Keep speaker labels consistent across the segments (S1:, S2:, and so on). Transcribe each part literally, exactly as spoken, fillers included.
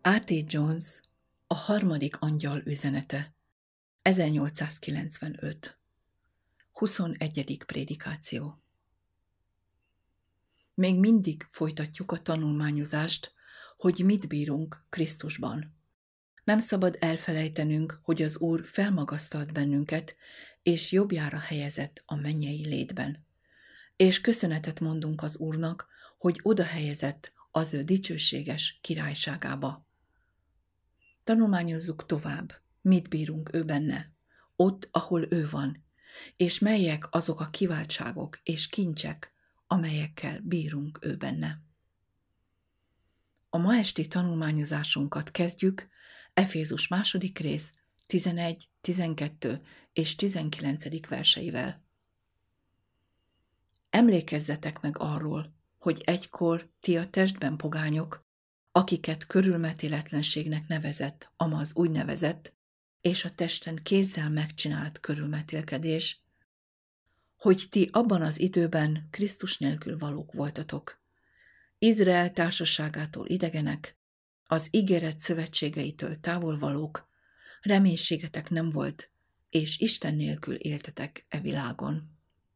S1: á té Jones, a harmadik angyal üzenete, ezernyolcszázkilencvenöt. huszonegyedik prédikáció. Még mindig folytatjuk a tanulmányozást, hogy mit bírunk Krisztusban. Nem szabad elfelejtenünk, hogy az Úr felmagasztalt bennünket, és jobbjára helyezett a mennyei létben. És köszönetet mondunk az Úrnak, hogy oda helyezett az ő dicsőséges királyságába. Tanulmányozzuk tovább, mit bírunk ő benne, ott, ahol ő van, és melyek azok a kiváltságok és kincsek, amelyekkel bírunk ő benne. A ma esti tanulmányozásunkat kezdjük Efézus második rész tizenegy, tizenkettő és tizenkilencedik verseivel. Emlékezzetek meg arról, hogy egykor ti a testben pogányok, akiket körülmetéletlenségnek nevezett, ama az úgynevezett, és a testen kézzel megcsinált körülmetélkedés, hogy ti abban az időben Krisztus nélkül valók voltatok, Izrael társaságától idegenek, az ígéret szövetségeitől távolvalók, reménységetek nem volt, és Isten nélkül éltetek e világon.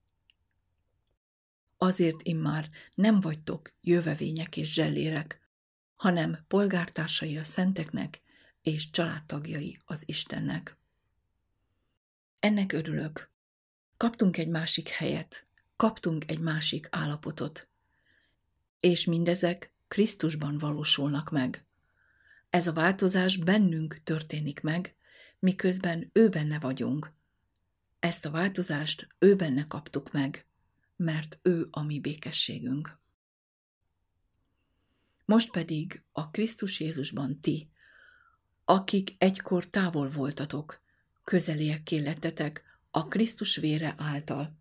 S1: Azért immár nem vagytok jövevények és zsellérek, hanem polgártársai a szenteknek és családtagjai az Istennek. Ennek örülök. Kaptunk egy másik helyet, kaptunk egy másik állapotot, és mindezek Krisztusban valósulnak meg. Ez a változás bennünk történik meg, miközben ő benne vagyunk. Ezt a változást ő benne kaptuk meg, mert ő a mi békességünk. Most pedig a Krisztus Jézusban ti, akik egykor távol voltatok, közeliekké lettetek a Krisztus vére által.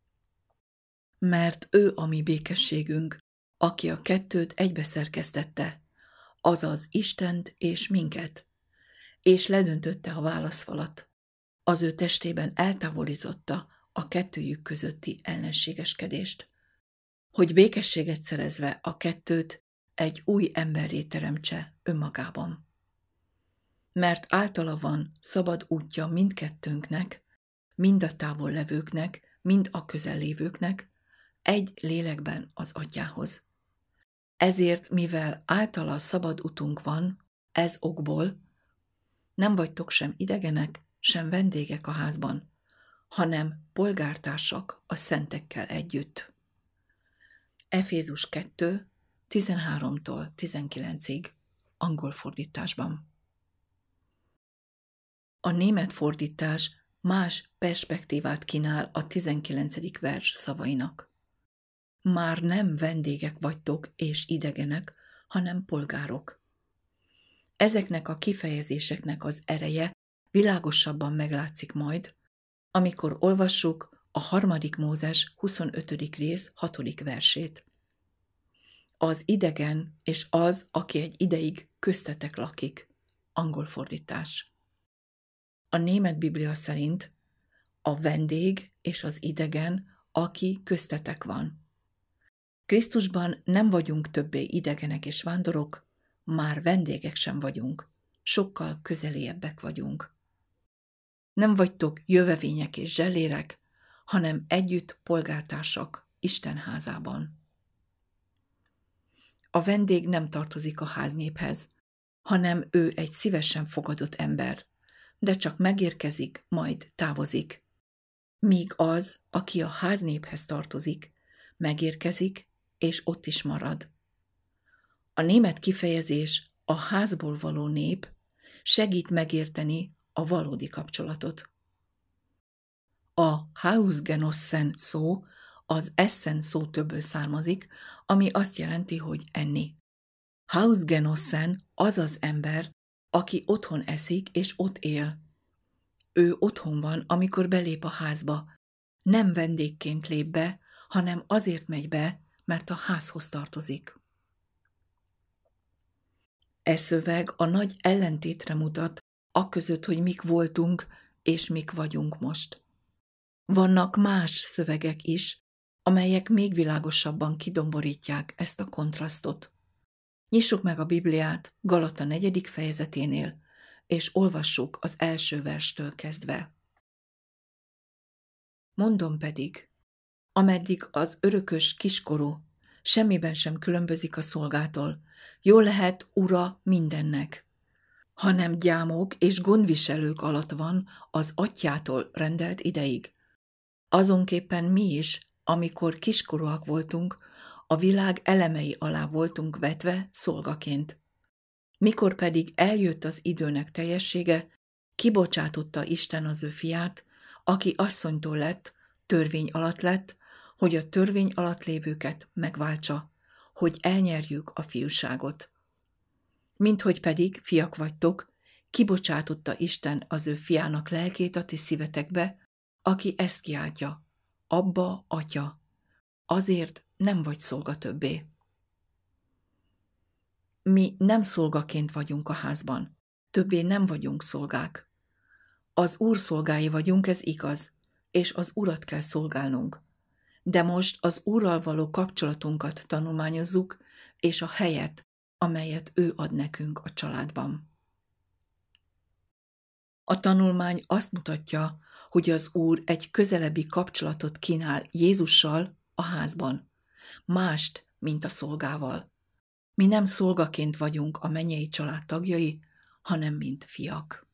S1: Mert ő a mi békességünk, aki a kettőt egybeszerkesztette, azaz Istent és minket, és ledöntötte a válaszfalat, az ő testében eltávolította a kettőjük közötti ellenségeskedést, hogy békességet szerezve a kettőt egy új emberré teremtse önmagában. Mert általa van szabad útja mindkettőnknek, mind a távol levőknek, mind a közel lévőknek, egy lélekben az Atyához. Ezért, mivel általa szabad utunk van, ez okból, nem vagytok sem idegenek, sem vendégek a házban, hanem polgártársak a szentekkel együtt. Efézus kettő, tizenháromtól tizenkilencig, angol fordításban. A német fordítás más perspektívát kínál a tizenkilencedik vers szavainak. Már nem vendégek vagytok és idegenek, hanem polgárok. Ezeknek a kifejezéseknek az ereje világosabban meglátszik majd, amikor olvassuk a harmadik Mózes huszonötödik rész hatodik versét. Az idegen és az, aki egy ideig köztetek lakik. Angol fordítás. A német Biblia szerint a vendég és az idegen, aki köztetek van. Krisztusban nem vagyunk többé idegenek és vándorok, már vendégek sem vagyunk, sokkal közeliebbek vagyunk. Nem vagytok jövevények és zsellérek, hanem együtt polgártársak Isten házában. A vendég nem tartozik a háznéphez, hanem ő egy szívesen fogadott ember, de csak megérkezik, majd távozik. Míg az, aki a háznéphez tartozik, megérkezik, és ott is marad. A német kifejezés a házból való nép segít megérteni a valódi kapcsolatot. A Hausgenossen szó az essen szótöbből származik, ami azt jelenti, hogy enni. Hausgenossen az az ember, aki otthon eszik és ott él. Ő otthon van, amikor belép a házba. Nem vendégként lép be, hanem azért megy be, mert a házhoz tartozik. E szöveg a nagy ellentétre mutat, akközött, hogy mik voltunk és mik vagyunk most. Vannak más szövegek is, amelyek még világosabban kidomborítják ezt a kontrasztot. Nyissuk meg a Bibliát Galata negyedik fejezeténél, és olvassuk az első verstől kezdve. Mondom pedig, ameddig az örökös kiskorú semmiben sem különbözik a szolgától, jól lehet ura mindennek, hanem gyámok és gondviselők alatt van az atyától rendelt ideig. Azonképpen mi is, amikor kiskorúak voltunk, a világ elemei alá voltunk vetve szolgaként. Mikor pedig eljött az időnek teljessége, kibocsátotta Isten az ő fiát, aki asszonytól lett, törvény alatt lett, hogy a törvény alatt lévőket megváltsa, hogy elnyerjük a fiúságot. Minthogy pedig fiak vagytok, kibocsátotta Isten az ő fiának lelkét a ti szívetekbe, aki ezt kiáltja, Abba, Atya, azért nem vagy szolga többé. Mi nem szolgaként vagyunk a házban, többé nem vagyunk szolgák. Az Úr szolgái vagyunk, ez igaz, és az Urat kell szolgálnunk. De most az Úrral való kapcsolatunkat tanulmányozzuk, és a helyet, amelyet ő ad nekünk a családban. A tanulmány azt mutatja, hogy az Úr egy közelebbi kapcsolatot kínál Jézussal a házban, mást, mint a szolgával. Mi nem szolgaként vagyunk a mennyei család tagjai, hanem mint fiak.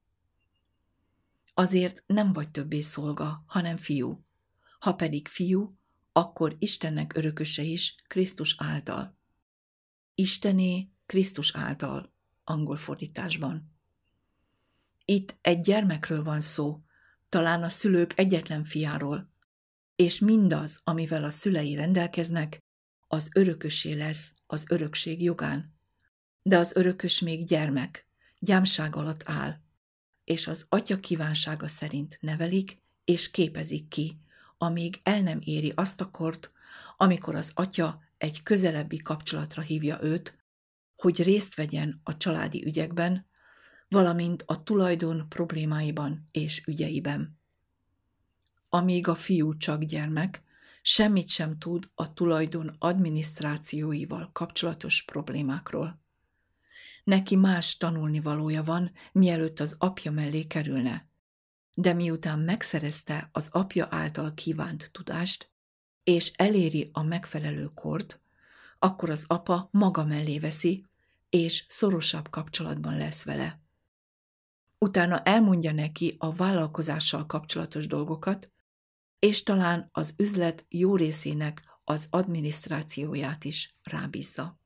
S1: Azért nem vagy többé szolga, hanem fiú. Ha pedig fiú, akkor Istennek örököse is Krisztus által. Istené Krisztus által, angol fordításban. Itt egy gyermekről van szó, talán a szülők egyetlen fiáról, és mindaz, amivel a szülei rendelkeznek, az örökösé lesz az örökség jogán. De az örökös még gyermek, gyámság alatt áll, és az atya kívánsága szerint nevelik és képezik ki, amíg el nem éri azt a kort, amikor az atya egy közelebbi kapcsolatra hívja őt, hogy részt vegyen a családi ügyekben, valamint a tulajdon problémáiban és ügyeiben. Amíg a fiú csak gyermek, semmit sem tud a tulajdon adminisztrációival kapcsolatos problémákról. Neki más tanulnivalója van, mielőtt az apja mellé kerülne, de miután megszerezte az apja által kívánt tudást, és eléri a megfelelő kort, akkor az apa maga mellé veszi, és szorosabb kapcsolatban lesz vele. Utána elmondja neki a vállalkozással kapcsolatos dolgokat, és talán az üzlet jó részének az adminisztrációját is rábízza.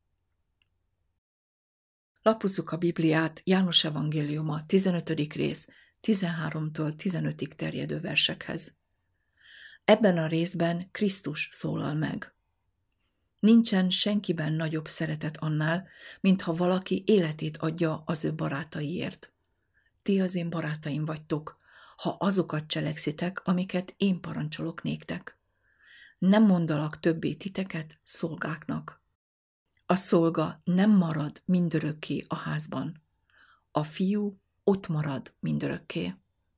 S1: Lapozzuk a Bibliát, János evangéliuma, tizenötödik rész, tizenháromtól tizenötig terjedő versekhez. Ebben a részben Krisztus szólal meg. Nincsen senkiben nagyobb szeretet annál, mintha valaki életét adja az ő barátaiért. Ti az én barátaim vagytok, ha azokat cselekszitek, amiket én parancsolok néktek. Nem mondalak többé titeket szolgáknak. A szolga nem marad mindörökké a házban. A fiú ott marad mindörökké.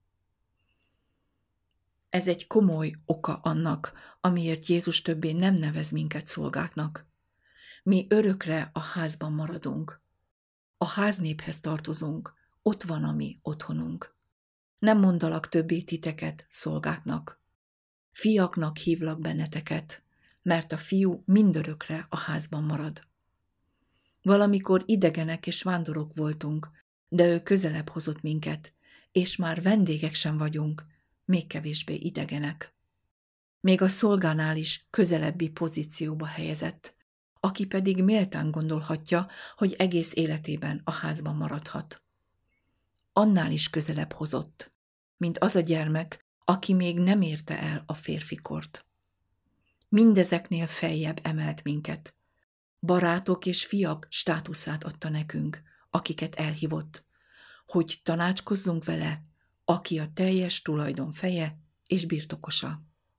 S1: Ez egy komoly oka annak, amiért Jézus többé nem nevez minket szolgáknak. Mi örökre a házban maradunk. A háznéphez tartozunk, ott van a mi otthonunk. Nem mondalak többé titeket szolgáknak. Fiaknak hívlak benneteket, mert a fiú mindörökre a házban marad. Valamikor idegenek és vándorok voltunk, de ő közelebb hozott minket, és már vendégek sem vagyunk, még kevésbé idegenek. Még a szolgánál is közelebbi pozícióba helyezett, aki pedig méltán gondolhatja, hogy egész életében a házban maradhat. Annál is közelebb hozott, mint az a gyermek, aki még nem érte el a férfikort. Mindezeknél feljebb emelt minket. Barátok és fiak státuszát adta nekünk, akiket elhívott, hogy tanácskozzunk vele, aki a teljes tulajdon feje és birtokosa.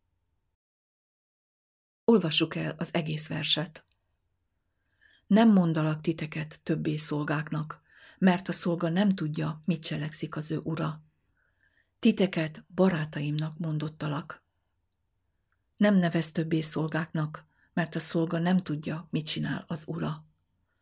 S1: Olvassuk el az egész verset. Nem mondalak titeket többé szolgáknak, mert a szolga nem tudja, mit cselekszik az ő ura. Titeket barátaimnak mondottalak. Nem nevez többé szolgáknak, mert a szolga nem tudja, mit csinál az ura.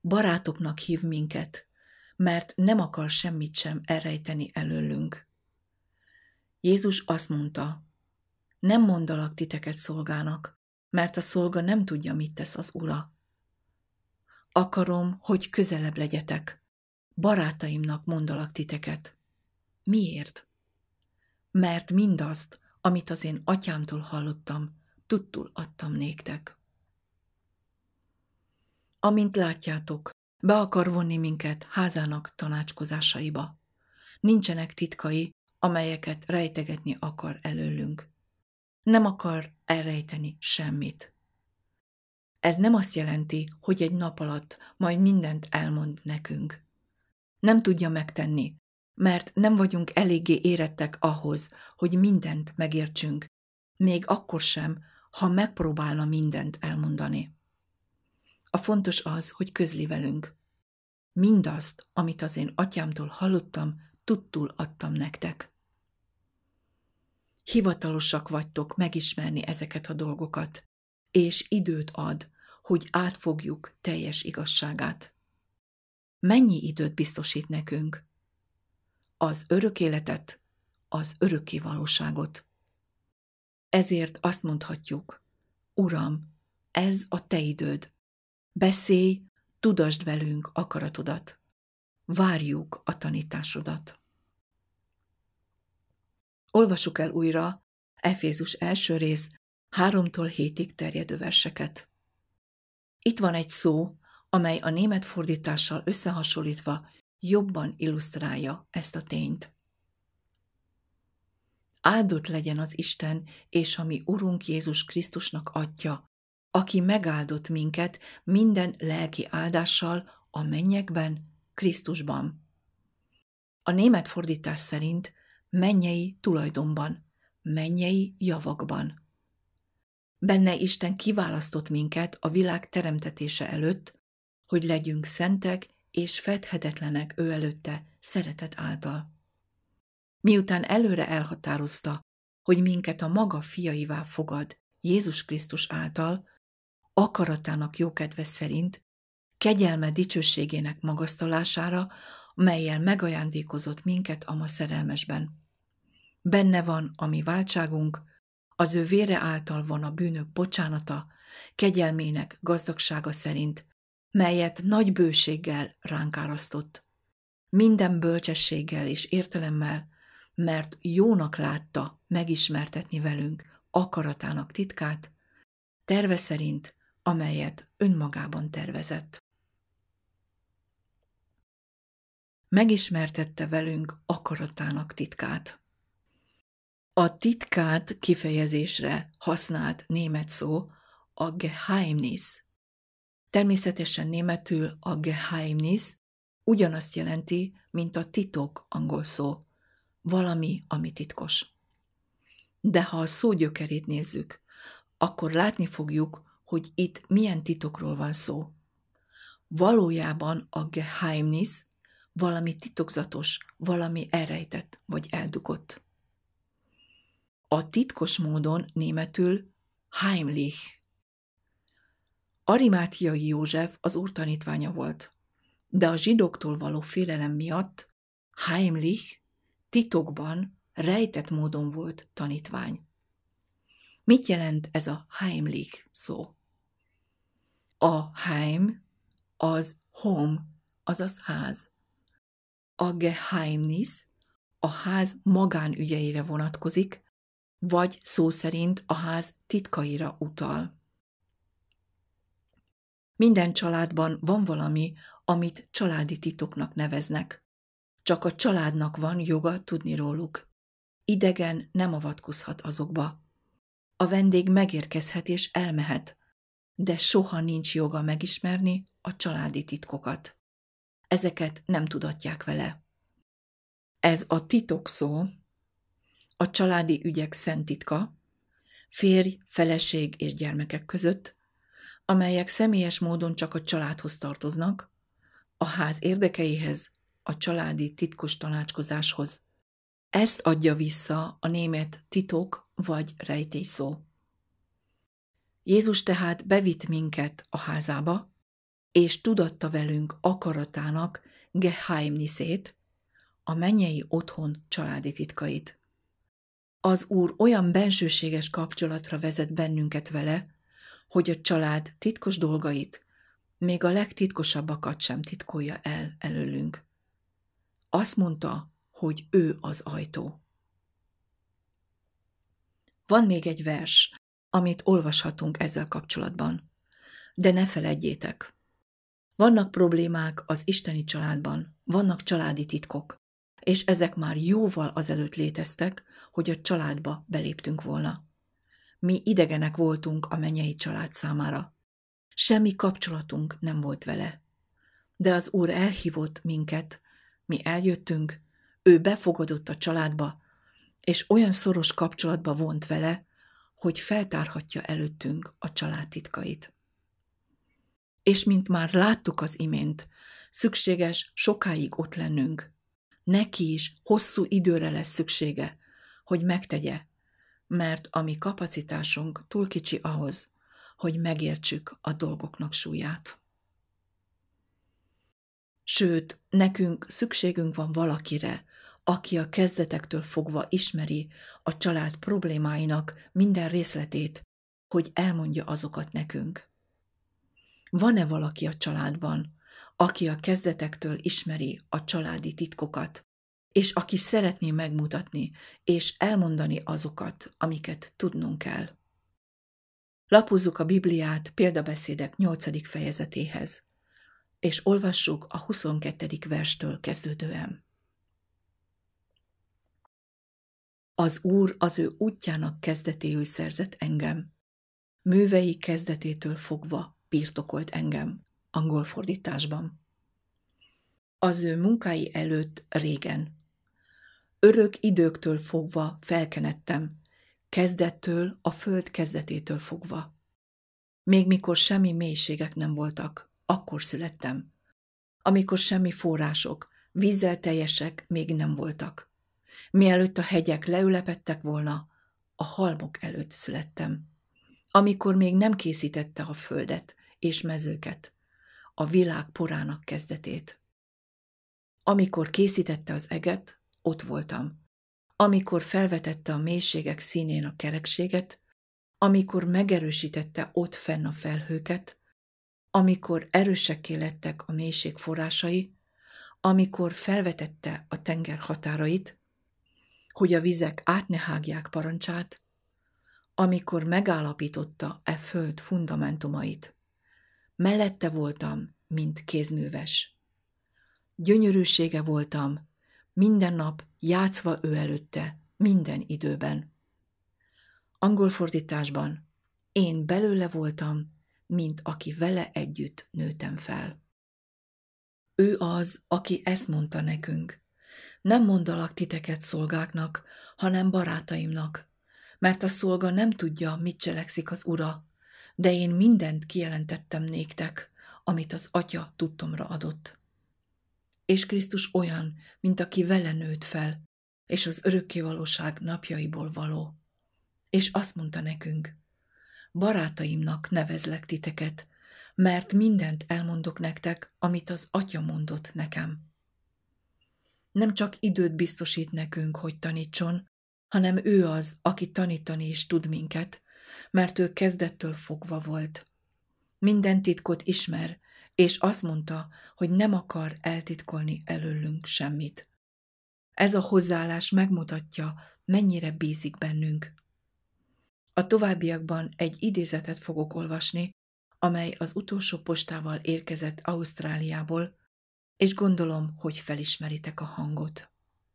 S1: barátoknak hív minket, mert nem akar semmit sem elrejteni előlünk. Jézus azt mondta, nem mondalak titeket szolgának, mert a szolga nem tudja, mit tesz az ura. Akarom, hogy közelebb legyetek. Barátaimnak mondalak titeket. Miért? Mert mindazt, amit az én atyámtól hallottam, tudtul adtam néktek. Amint látjátok, be akar vonni minket házának tanácskozásaiba. Nincsenek titkai, amelyeket rejtegetni akar előlünk. Nem akar elrejteni semmit. Ez nem azt jelenti, hogy egy nap alatt majd mindent elmond nekünk. Nem tudja megtenni, mert nem vagyunk eléggé érettek ahhoz, hogy mindent megértsünk, még akkor sem, ha megpróbálna mindent elmondani. A fontos az, hogy közli velünk. Mindazt, amit az én atyámtól hallottam, tudtul adtam nektek. Hivatalosak vagytok megismerni ezeket a dolgokat, és időt ad, hogy átfogjuk teljes igazságát. Mennyi időt biztosít nekünk? Az örök életet, az örökké valóságot. Ezért azt mondhatjuk, Uram, ez a te időd. Beszélj, tudasd velünk akaratodat. Várjuk a tanításodat. Olvassuk el újra Efézus első rész háromtól hétig terjedő verseket. Itt van egy szó, amely a német fordítással összehasonlítva jobban illusztrálja ezt a tényt. Áldott legyen az Isten és a mi Urunk Jézus Krisztusnak Atya, aki megáldott minket minden lelki áldással a mennyekben, Krisztusban. A német fordítás szerint mennyei tulajdonban, mennyei javakban. Benne Isten kiválasztott minket a világ teremtetése előtt, hogy legyünk szentek és fedhetetlenek ő előtte szeretet által. Miután előre elhatározta, hogy minket a maga fiaivá fogad Jézus Krisztus által, akaratának jókedve szerint, kegyelme dicsőségének magasztalására, mellyel megajándékozott minket a ma szerelmesben. Benne van a mi váltságunk, az ő vére által van a bűnök bocsánata, kegyelmének gazdagsága szerint, melyet nagy bőséggel ránk árasztott. Minden bölcsességgel és értelemmel, mert jónak látta megismertetni velünk akaratának titkát, terve szerint, amelyet önmagában tervezett. Megismertette velünk akaratának titkát. A titkát kifejezésre használt német szó a Geheimnis. Természetesen németül a Geheimnis ugyanazt jelenti, mint a titok angol szó, valami, ami titkos. De ha a szó gyökerét nézzük, akkor látni fogjuk, hogy itt milyen titokról van szó. Valójában a Geheimnis valami titokzatos, valami elrejtett vagy eldugott. A titkos módon németül heimlich. Arimátiai József az Úr tanítványa volt, de a zsidóktól való félelem miatt heimlich, titokban, rejtett módon volt tanítvány. Mit jelent ez a heimlich szó? A heim az home, azaz ház. A Geheimnis a ház magánügyeire vonatkozik, vagy szó szerint a ház titkaira utal. Minden családban van valami, amit családi titoknak neveznek. Csak a családnak van joga tudni róluk. Idegen nem avatkozhat azokba. A vendég megérkezhet és elmehet, de soha nincs joga megismerni a családi titkokat. Ezeket nem tudatják vele. Ez a titok szó, a családi ügyek szent titka, férj, feleség és gyermekek között, amelyek személyes módon csak a családhoz tartoznak, a ház érdekeihez, a családi titkos tanácskozáshoz. Ezt adja vissza a német titok vagy rejtély szó. Jézus tehát bevitt minket a házába, és tudatta velünk akaratának geheimniszét, a mennyei otthon családi titkait. Az Úr olyan bensőséges kapcsolatra vezet bennünket vele, hogy a család titkos dolgait, még a legtitkosabbakat sem titkolja el előlünk. Azt mondta, hogy ő az ajtó. Van még egy vers, amit olvashatunk ezzel kapcsolatban, de ne feledjétek. Vannak problémák az isteni családban, vannak családi titkok, és ezek már jóval azelőtt léteztek, hogy a családba beléptünk volna. Mi idegenek voltunk a mennyei család számára. Semmi kapcsolatunk nem volt vele. De az Úr elhívott minket, mi eljöttünk, ő befogadott a családba, és olyan szoros kapcsolatba vont vele, hogy feltárhatja előttünk a család titkait. És mint már láttuk az imént, szükséges sokáig ott lennünk. Neki is hosszú időre lesz szüksége, hogy megtegye, mert a mi kapacitásunk túl kicsi ahhoz, hogy megértsük a dolgoknak súlyát. Sőt, nekünk szükségünk van valakire, aki a kezdetektől fogva ismeri a család problémáinak minden részletét, hogy elmondja azokat nekünk. Van-e valaki a családban, aki a kezdetektől ismeri a családi titkokat, és aki szeretné megmutatni és elmondani azokat, amiket tudnunk kell? Lapozzuk a Bibliát Példabeszédek nyolcadik fejezetéhez, és olvassuk a huszonkettedik verstől kezdődően. Az Úr az ő útjának kezdetéül szerzett engem. Művei kezdetétől fogva birtokolt engem, angol fordításban. Az ő munkái előtt régen. Örök időktől fogva felkenettem, kezdettől a föld kezdetétől fogva. Még mikor semmi mélységek nem voltak, akkor születtem. Amikor semmi források, vízzel teljesek még nem voltak. Mielőtt a hegyek leülepedtek volna, a halmok előtt születtem. Amikor még nem készítette a földet és mezőket, a világ porának kezdetét. Amikor készítette az eget, ott voltam. Amikor felvetette a mélységek színén a kerekséget, amikor megerősítette ott fenn a felhőket, amikor erősekké lettek a mélység forrásai, amikor felvetette a tenger határait, hogy a vizek át ne hágják parancsát, amikor megállapította e föld fundamentumait. Mellette voltam, mint kézműves. Gyönyörűsége voltam, minden nap játszva ő előtte, minden időben. Angol fordításban én belőle voltam, mint aki vele együtt nőttem fel. Ő az, aki ezt mondta nekünk. Nem mondalak titeket szolgáknak, hanem barátaimnak, mert a szolga nem tudja, mit cselekszik az ura, de én mindent kijelentettem néktek, amit az Atya tudtomra adott. És Krisztus olyan, mint aki vele nőtt fel, és az örökkévalóság napjaiból való. És azt mondta nekünk, barátaimnak nevezlek titeket, mert mindent elmondok nektek, amit az Atya mondott nekem. Nem csak időt biztosít nekünk, hogy tanítson, hanem ő az, aki tanítani is tud minket, mert ő kezdettől fogva volt. Minden titkot ismer, és azt mondta, hogy nem akar eltitkolni előlünk semmit. Ez a hozzáállás megmutatja, mennyire bízik bennünk. A továbbiakban egy idézetet fogok olvasni, amely az utolsó postával érkezett Ausztráliából, és gondolom, hogy felismeritek a hangot.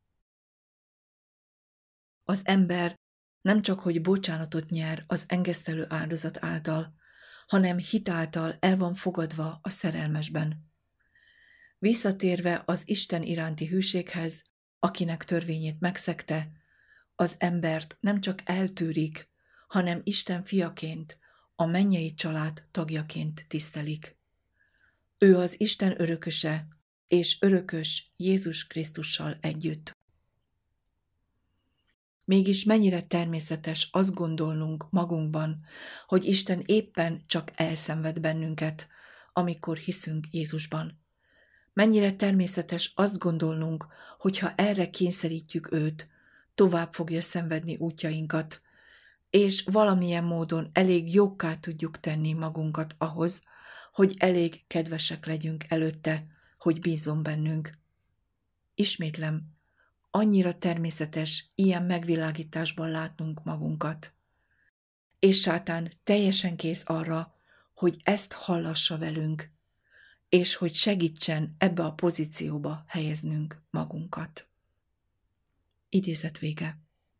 S1: Az ember nem csak, hogy bocsánatot nyer az engesztelő áldozat által, hanem hitáltal el van fogadva a szerelmesben. Visszatérve az Isten iránti hűséghez, akinek törvényét megszegte, az embert nem csak eltűrik, hanem Isten fiaként, a mennyei család tagjaként tisztelik. Ő az Isten örököse, és örökös Jézus Krisztussal együtt. Mégis mennyire természetes azt gondolnunk magunkban, hogy Isten éppen csak elszenved bennünket, amikor hiszünk Jézusban. Mennyire természetes azt gondolnunk, hogy ha erre kényszerítjük őt, tovább fogja szenvedni útjainkat, és valamilyen módon elég jókká tudjuk tenni magunkat ahhoz, hogy elég kedvesek legyünk előtte, hogy bízzon bennünk. Ismétlem, annyira természetes ilyen megvilágításban látnunk magunkat. És sátán teljesen kész arra, hogy ezt hallassa velünk, és hogy segítsen ebbe a pozícióba helyeznünk magunkat. Idézet vége.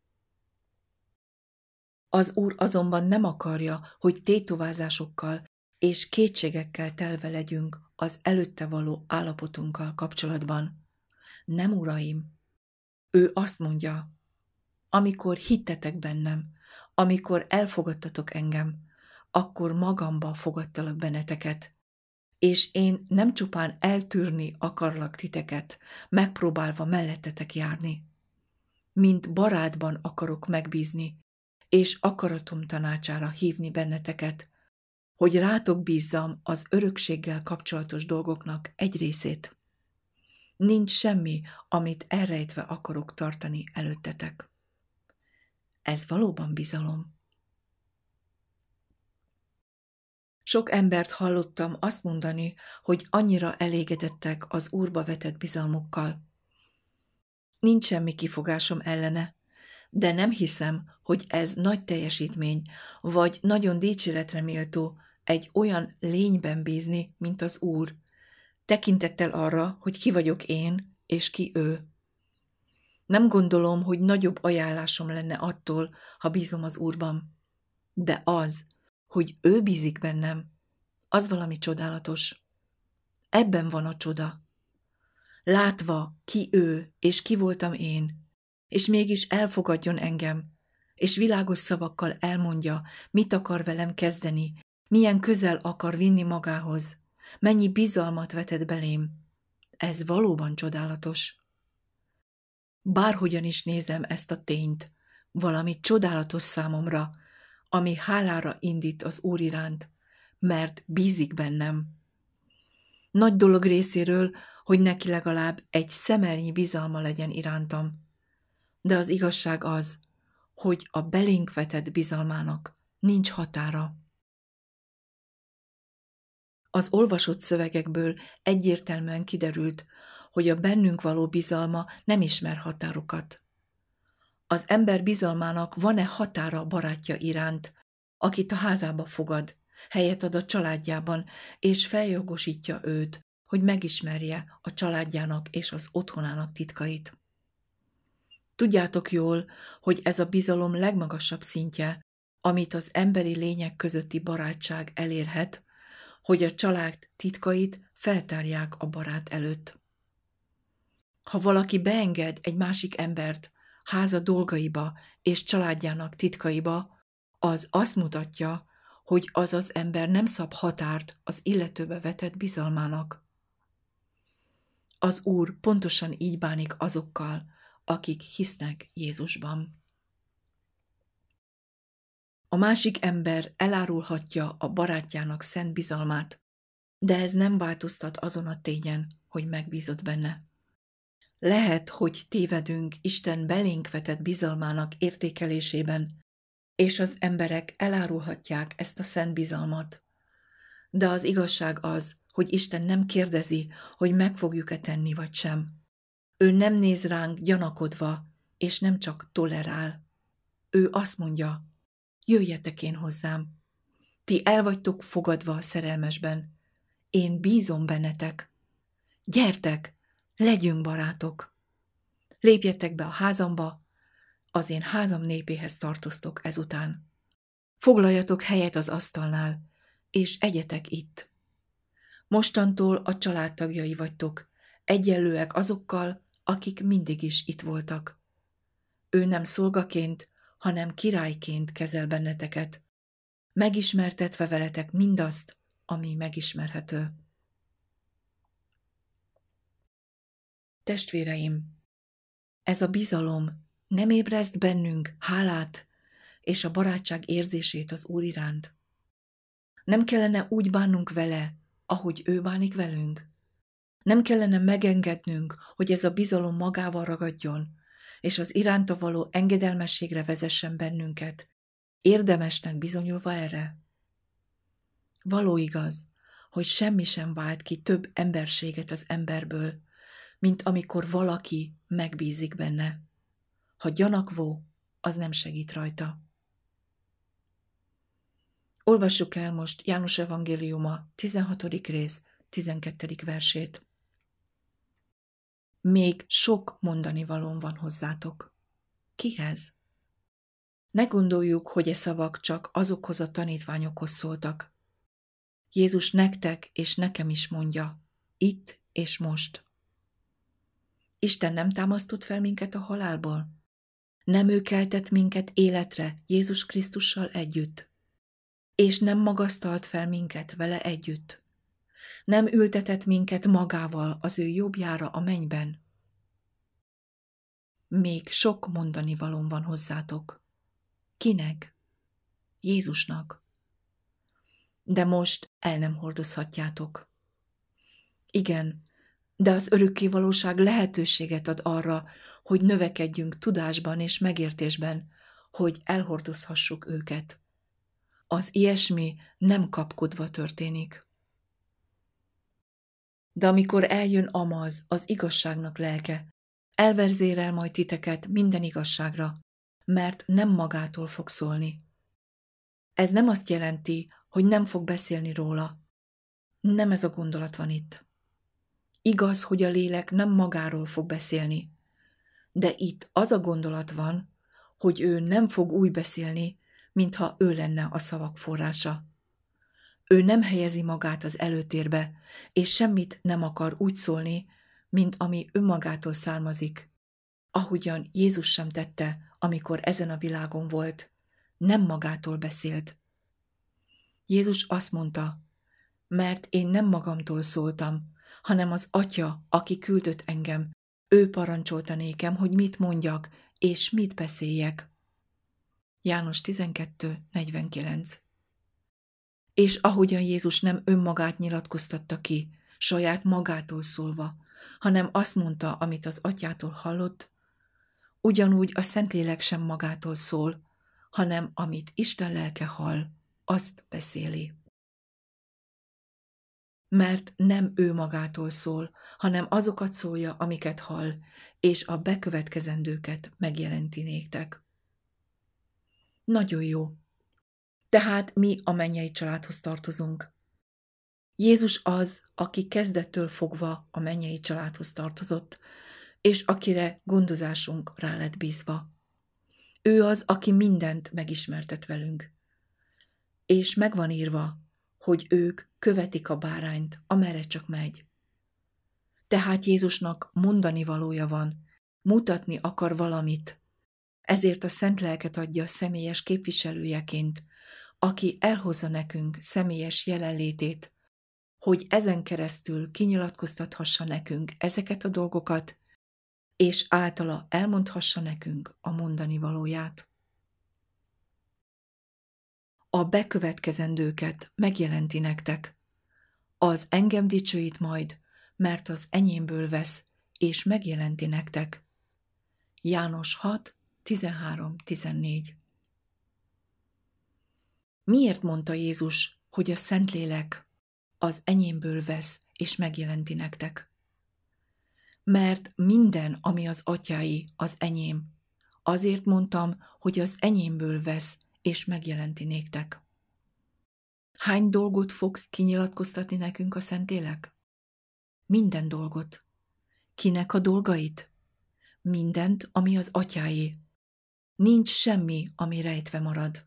S1: Az Úr azonban nem akarja, hogy tétovázásokkal és kétségekkel telve legyünk az előtte való állapotunkkal kapcsolatban. Nem, uraim! Ő azt mondja, amikor hittetek bennem, amikor elfogadtatok engem, akkor magamba fogadtalak benneteket, és én nem csupán eltűrni akarlak titeket, megpróbálva mellettetek járni. Mint barátban akarok megbízni, és akaratom tanácsára hívni benneteket, hogy rátok bízzam az örökséggel kapcsolatos dolgoknak egy részét. Nincs semmi, amit elrejtve akarok tartani előttetek. Ez valóban bizalom. Sok embert hallottam azt mondani, hogy annyira elégedettek az Úrba vetett bizalmukkal. Nincs semmi kifogásom ellene, de nem hiszem, hogy ez nagy teljesítmény, vagy nagyon dicséretre méltó egy olyan lényben bízni, mint az Úr, tekintettel arra, hogy ki vagyok én, és ki ő. Nem gondolom, hogy nagyobb ajánlásom lenne attól, ha bízom az Úrban. De az, hogy ő bízik bennem, az valami csodálatos. Ebben van a csoda. Látva, ki ő, és ki voltam én, és mégis elfogadjon engem, és világos szavakkal elmondja, mit akar velem kezdeni, milyen közel akar vinni magához, mennyi bizalmat vetett belém. Ez valóban csodálatos. Bárhogyan is nézem ezt a tényt, valami csodálatos számomra, ami hálára indít az Úr iránt, mert bízik bennem. Nagy dolog részéről, hogy neki legalább egy szemelnyi bizalma legyen irántam. De az igazság az, hogy a belénk vetett bizalmának nincs határa. Az olvasott szövegekből egyértelműen kiderült, hogy a bennünk való bizalma nem ismer határokat. Az ember bizalmának van-e határa a barátja iránt, akit a házába fogad, helyet ad a családjában, és feljogosítja őt, hogy megismerje a családjának és az otthonának titkait. Tudjátok jól, hogy ez a bizalom legmagasabb szintje, amit az emberi lények közötti barátság elérhet, hogy a család titkait feltárják a barát előtt. Ha valaki beenged egy másik embert háza dolgaiba és családjának titkaiba, az azt mutatja, hogy az az ember nem szab határt az illetőbe vetett bizalmának. Az Úr pontosan így bánik azokkal, akik hisznek Jézusban. A másik ember elárulhatja a barátjának szent bizalmát, de ez nem változtat azon a tényen, hogy megbízott benne. Lehet, hogy tévedünk Isten belénk vetett bizalmának értékelésében, és az emberek elárulhatják ezt a szent bizalmat. De az igazság az, hogy Isten nem kérdezi, hogy meg fogjuk-e tenni vagy sem. Ő nem néz ránk gyanakodva, és nem csak tolerál. Ő azt mondja, jöjjetek én hozzám. Ti el vagytok fogadva a szerelmesben. Én bízom bennetek. Gyertek, legyünk barátok. Lépjetek be a házamba, az én házam népéhez tartoztok ezután. Foglaljatok helyet az asztalnál, és egyetek itt. Mostantól a családtagjai vagytok, egyenlőek azokkal, akik mindig is itt voltak. Ő nem szolgaként, hanem királyként kezel benneteket, megismertetve veletek mindazt, ami megismerhető. Testvéreim, ez a bizalom nem ébreszt bennünk hálát és a barátság érzését az Úr iránt? Nem kellene úgy bánnunk vele, ahogy ő bánik velünk? Nem kellene megengednünk, hogy ez a bizalom magával ragadjon, és az iránta való engedelmességre vezessen bennünket, érdemesnek bizonyulva erre? Való igaz, hogy semmi sem vált ki több emberséget az emberből, mint amikor valaki megbízik benne. Ha gyanakvó, az nem segít rajta. Olvassuk el most János evangéliuma tizenhatodik rész tizenkettedik versét. Még sok mondani valóm van hozzátok. Kihez? Ne gondoljuk, hogy e szavak csak azokhoz a tanítványokhoz szóltak. Jézus nektek és nekem is mondja, itt és most. Isten nem támasztott fel minket a halálból? Nem ő keltett minket életre Jézus Krisztussal együtt? És nem magasztalt fel minket vele együtt? Nem ültetett minket magával az ő jobbjára a mennyben? Még sok mondani valóm van hozzátok. Kinek? Jézusnak. De most el nem hordozhatjátok. Igen, de az örökkévalóság lehetőséget ad arra, hogy növekedjünk tudásban és megértésben, hogy elhordozhassuk őket. Az ilyesmi nem kapkodva történik. De amikor eljön Amaz, az igazságnak lelke, elverzérel majd titeket minden igazságra, mert nem magától fog szólni. Ez nem azt jelenti, hogy nem fog beszélni róla. Nem ez a gondolat van itt. Igaz, hogy a lélek nem magáról fog beszélni, de itt az a gondolat van, hogy ő nem fog úgy beszélni, mintha ő lenne a szavak forrása. Ő nem helyezi magát az előtérbe, és semmit nem akar úgy szólni, mint ami önmagától származik. Ahogyan Jézus sem tette, amikor ezen a világon volt, nem magától beszélt. Jézus azt mondta, mert én nem magamtól szóltam, hanem az Atya, aki küldött engem, ő parancsolta nékem, hogy mit mondjak, és mit beszéljek. János tizenkettő negyvenkilenc. És ahogyan Jézus nem önmagát nyilatkoztatta ki, saját magától szólva, hanem azt mondta, amit az Atyától hallott, ugyanúgy a Szentlélek sem magától szól, hanem amit Isten lelke hall, azt beszéli. Mert nem ő magától szól, hanem azokat szólja, amiket hall, és a bekövetkezendőket megjelenti néktek. Nagyon jó. Tehát mi a mennyei családhoz tartozunk. Jézus az, aki kezdettől fogva a mennyei családhoz tartozott, és akire gondozásunk rá lett bízva. Ő az, aki mindent megismertet velünk. És megvan írva, hogy ők követik a bárányt, amerre csak megy. Tehát Jézusnak mondani valója van, mutatni akar valamit. Ezért a Szent Lelket adja személyes képviselőjeként, aki elhozza nekünk személyes jelenlétét, hogy ezen keresztül kinyilatkoztathassa nekünk ezeket a dolgokat, és általa elmondhassa nekünk a mondani valóját. A bekövetkezendőket megjelenti nektek. Az engem dicsőít majd, mert az enyémből vesz, és megjelenti nektek. János hat tizenhárom tizennégy. Miért mondta Jézus, hogy a Szentlélek az enyémből vesz, és megjelenti nektek? Mert minden, ami az Atyái, az enyém. Azért mondtam, hogy az enyémből vesz, és megjelenti néktek. Hány dolgot fog kinyilatkoztatni nekünk a Szentlélek? Minden dolgot. Kinek a dolgait? Mindent, ami az Atyáé. Nincs semmi, ami rejtve marad.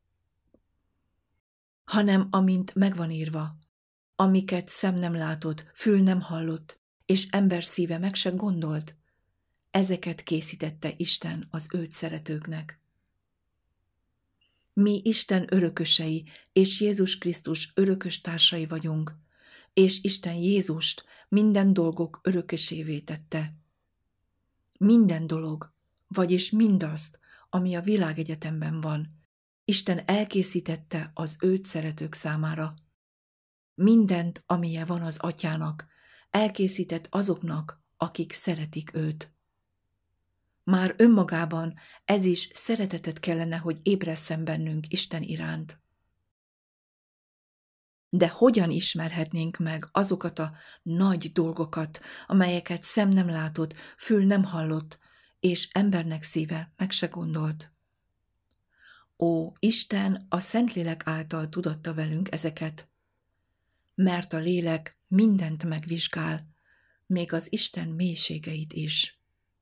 S1: Hanem amint megvan írva, amiket szem nem látott, fül nem hallott, és ember szíve meg se gondolt, ezeket készítette Isten az őt szeretőknek. Mi Isten örökösei és Jézus Krisztus örökös társai vagyunk, és Isten Jézust minden dolgok örökösévé tette. Minden dolog, vagyis mindazt, ami a világegyetemben van, Isten elkészítette az őt szeretők számára. mindent, amilyen van az Atyának, elkészített azoknak, akik szeretik őt. Már önmagában ez is szeretetet kellene, hogy ébresszen bennünk Isten iránt. De hogyan ismerhetnénk meg azokat a nagy dolgokat, amelyeket szem nem látott, fül nem hallott, és embernek szíve meg se gondolt? Ó, Isten a Szentlélek által tudatta velünk ezeket, mert a lélek mindent megvizsgál, még az Isten mélységeit is.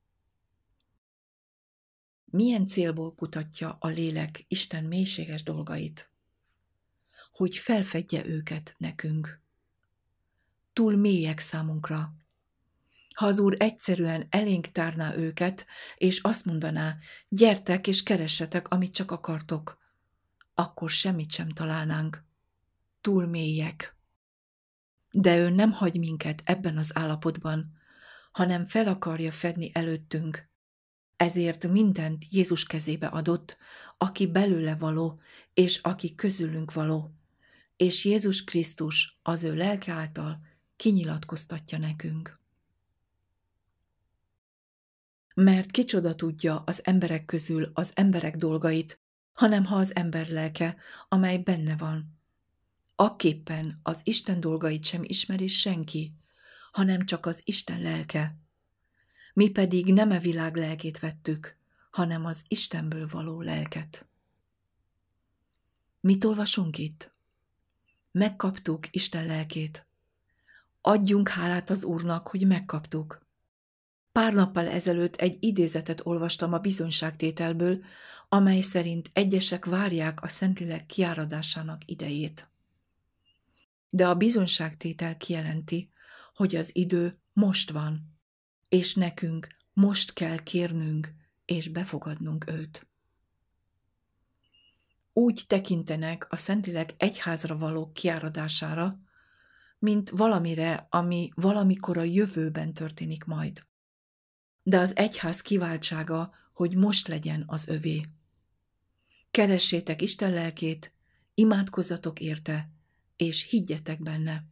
S1: Milyen célból kutatja a lélek Isten mélységes dolgait? Hogy felfedje őket nekünk. Túl mélyek számunkra. Ha az Úr egyszerűen elénk tárná őket, és azt mondaná, gyertek és keressetek, amit csak akartok, akkor semmit sem találnánk. Túl mélyek. De ő nem hagy minket ebben az állapotban, hanem fel akarja fedni előttünk. Ezért mindent Jézus kezébe adott, aki belőle való, és aki közülünk való, és Jézus Krisztus az ő lelke által kinyilatkoztatja nekünk. Mert kicsoda tudja az emberek közül az emberek dolgait, hanem ha az ember lelke, amely benne van. Akképpen az Isten dolgait sem ismeri senki, hanem csak az Isten lelke. Mi pedig nem e világ lelkét vettük, hanem az Istenből való lelket. Mit olvasunk itt? Megkaptuk Isten lelkét. Adjunk hálát az Úrnak, hogy megkaptuk. Pár nappal ezelőtt egy idézetet olvastam a bizonyságtételből, amely szerint egyesek várják a Szentlélek kiáradásának idejét. De a bizonyságtétel kijelenti, hogy az idő most van, és nekünk most kell kérnünk és befogadnunk őt. Úgy tekintenek a Szentlélek egyházra való kiáradására, mint valamire, ami valamikor a jövőben történik majd. De az egyház kiváltsága, hogy most legyen az övé. Keressétek Isten lelkét, imádkozzatok érte, és higgyetek benne.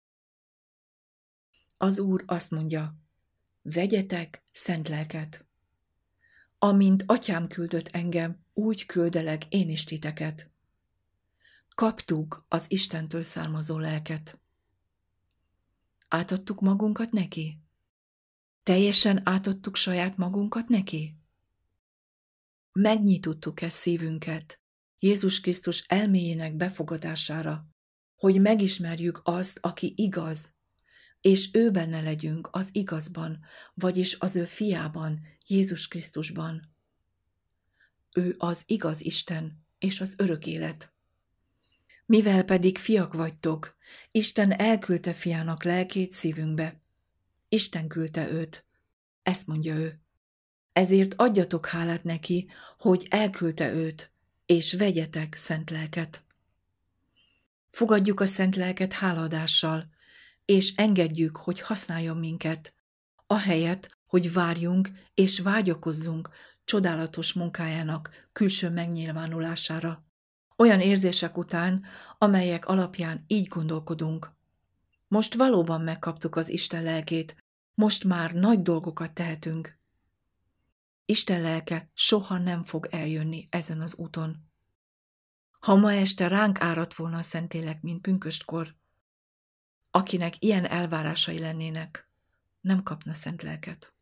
S1: Az Úr azt mondja, vegyetek szent lelket. Amint Atyám küldött engem, úgy küldelek én is titeket. Kaptuk az Istentől származó lelket. Átadtuk magunkat neki? Teljesen átadtuk saját magunkat neki? Megnyitottuk-e szívünket Jézus Krisztus elméjének befogadására, hogy megismerjük azt, aki igaz, és ő benne legyünk az igazban, vagyis az ő fiában, Jézus Krisztusban. Ő az igaz Isten és az örök élet. Mivel pedig fiak vagytok, Isten elküldte fiának lelkét szívünkbe. Isten küldte őt. Ezt mondja ő. Ezért adjatok hálát neki, hogy elküldte őt, és vegyetek szent lelket. Fogadjuk a szent lelket hálaadással, és engedjük, hogy használjon minket, ahelyett, hogy várjunk és vágyakozzunk csodálatos munkájának külső megnyilvánulására. Olyan érzések után, amelyek alapján így gondolkodunk. Most valóban megkaptuk az Isten lelkét, most már nagy dolgokat tehetünk. Isten lelke soha nem fog eljönni ezen az úton. Ha ma este ránk áradt volna a Szentlélek, mint pünköstkor, akinek ilyen elvárásai lennének, nem kapna szent lelket.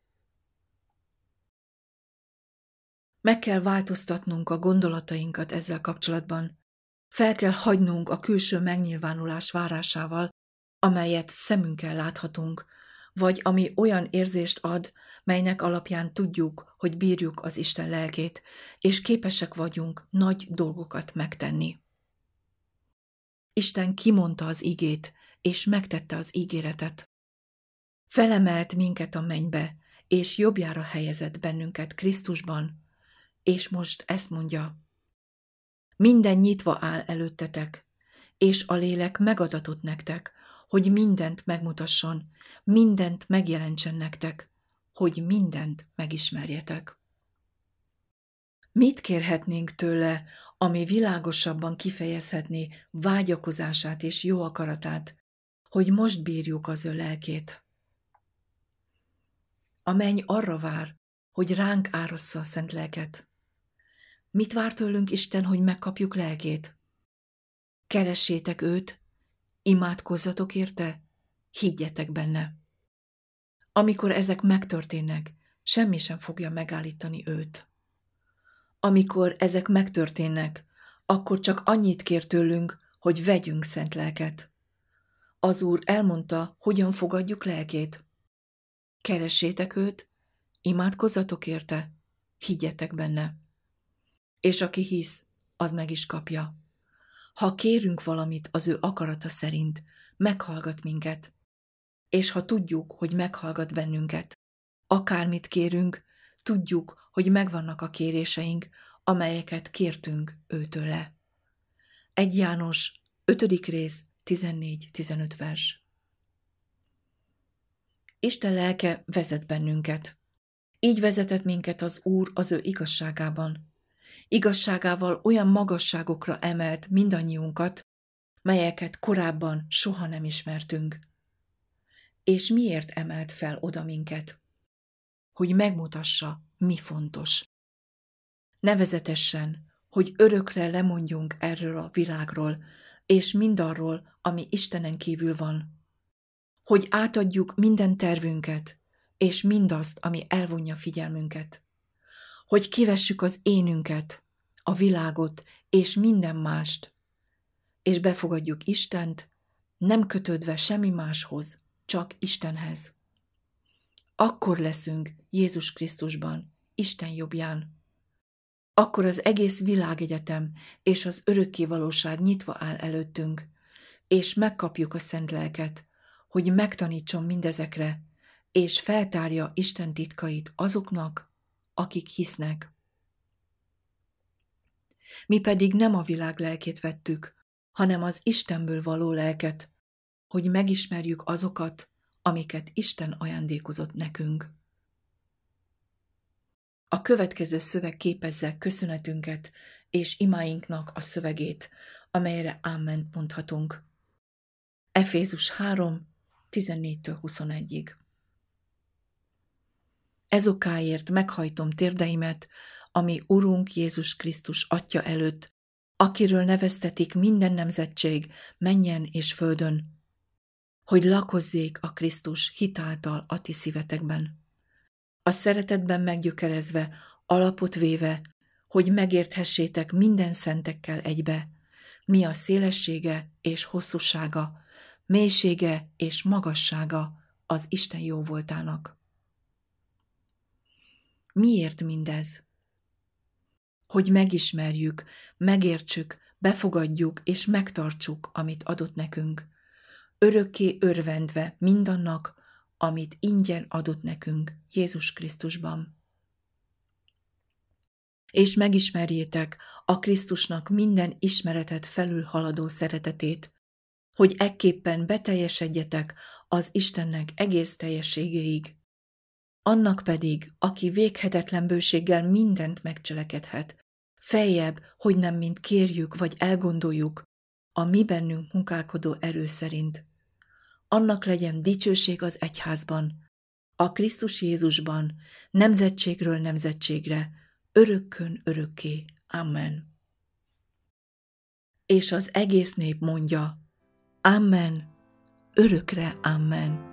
S1: Meg kell változtatnunk a gondolatainkat ezzel kapcsolatban. Fel kell hagynunk a külső megnyilvánulás várásával, amelyet szemünkkel láthatunk, vagy ami olyan érzést ad, melynek alapján tudjuk, hogy bírjuk az Isten lelkét, és képesek vagyunk nagy dolgokat megtenni. Isten kimondta az igét, és megtette az ígéretet. Felemelt minket a mennybe, és jobbjára helyezett bennünket Krisztusban, és most ezt mondja. Minden nyitva áll előttetek, és a lélek megadatott nektek, hogy mindent megmutasson, mindent megjelentsen nektek, hogy mindent megismerjetek. Mit kérhetnénk tőle, ami világosabban kifejezhetné vágyakozását és jó akaratát, hogy most bírjuk az ő lelkét. A menny arra vár, hogy ránk árassza a szent lelket. Mit vár tőlünk Isten, hogy megkapjuk lelkét? Keressétek őt, imádkozzatok érte, higgyetek benne. Amikor ezek megtörténnek, semmi sem fogja megállítani őt. Amikor ezek megtörténnek, akkor csak annyit kér tőlünk, hogy vegyünk szent lelket. Az Úr elmondta, hogyan fogadjuk lelkét. Keressétek őt, imádkozzatok érte, higgyetek benne. És aki hisz, az meg is kapja. Ha kérünk valamit az ő akarata szerint, meghallgat minket. És ha tudjuk, hogy meghallgat bennünket, akármit kérünk, tudjuk, hogy megvannak a kéréseink, amelyeket kértünk őtőle. egy János, ötödik rész, tizennégy-tizenöt vers. Isten lelke vezet bennünket. Így vezetett minket az Úr az ő igazságában. Igazságával olyan magasságokra emelt mindannyiunkat, melyeket korábban soha nem ismertünk. És miért emelt fel oda minket? Hogy megmutassa, mi fontos. Nevezetesen, hogy örökre lemondjunk erről a világról, és mindarról, ami Istenen kívül van. Hogy átadjuk minden tervünket, és mindazt, ami elvonja figyelmünket. Hogy kivessük az énünket, a világot, és minden mást, és befogadjuk Istent, nem kötődve semmi máshoz, csak Istenhez. Akkor leszünk Jézus Krisztusban, Isten jobbján. Akkor az egész világegyetem és az örökké valóság nyitva áll előttünk, és megkapjuk a szent lelket, hogy megtanítson mindezekre, és feltárja Isten titkait azoknak, akik hisznek. Mi pedig nem a világ lelkét vettük, hanem az Istenből való lelket, hogy megismerjük azokat, amiket Isten ajándékozott nekünk. A következő szöveg képezze köszönetünket és imáinknak a szövegét, amelyre áment mondhatunk. Efézus három, tizennégytől huszonegyig. Ezokáért meghajtom térdeimet, ami Urunk Jézus Krisztus Atya előtt, akiről neveztetik minden nemzetség mennyen és földön, hogy lakozzék a Krisztus hitáltal a ti szívetekben. A szeretetben meggyökerezve, alapot véve, hogy megérthessétek minden szentekkel egybe, mi a szélessége és hosszúsága, mélysége és magassága az Isten jóvoltának. Miért mindez? Hogy megismerjük, megértsük, befogadjuk és megtartsuk, amit adott nekünk, örökké örvendve mindannak, amit ingyen adott nekünk Jézus Krisztusban. És megismerjétek a Krisztusnak minden ismeretet felülhaladó szeretetét, hogy ekképpen beteljesedjetek az Istennek egész teljességéig. Annak pedig, aki véghetetlen bőséggel mindent megcselekedhet, feljebb, hogy nem mint kérjük vagy elgondoljuk, a mi bennünk munkálkodó erő szerint. Annak legyen dicsőség az egyházban, a Krisztus Jézusban, nemzetségről nemzetségre, örökkön örökké. Amen. És az egész nép mondja, Amen, örökre Amen.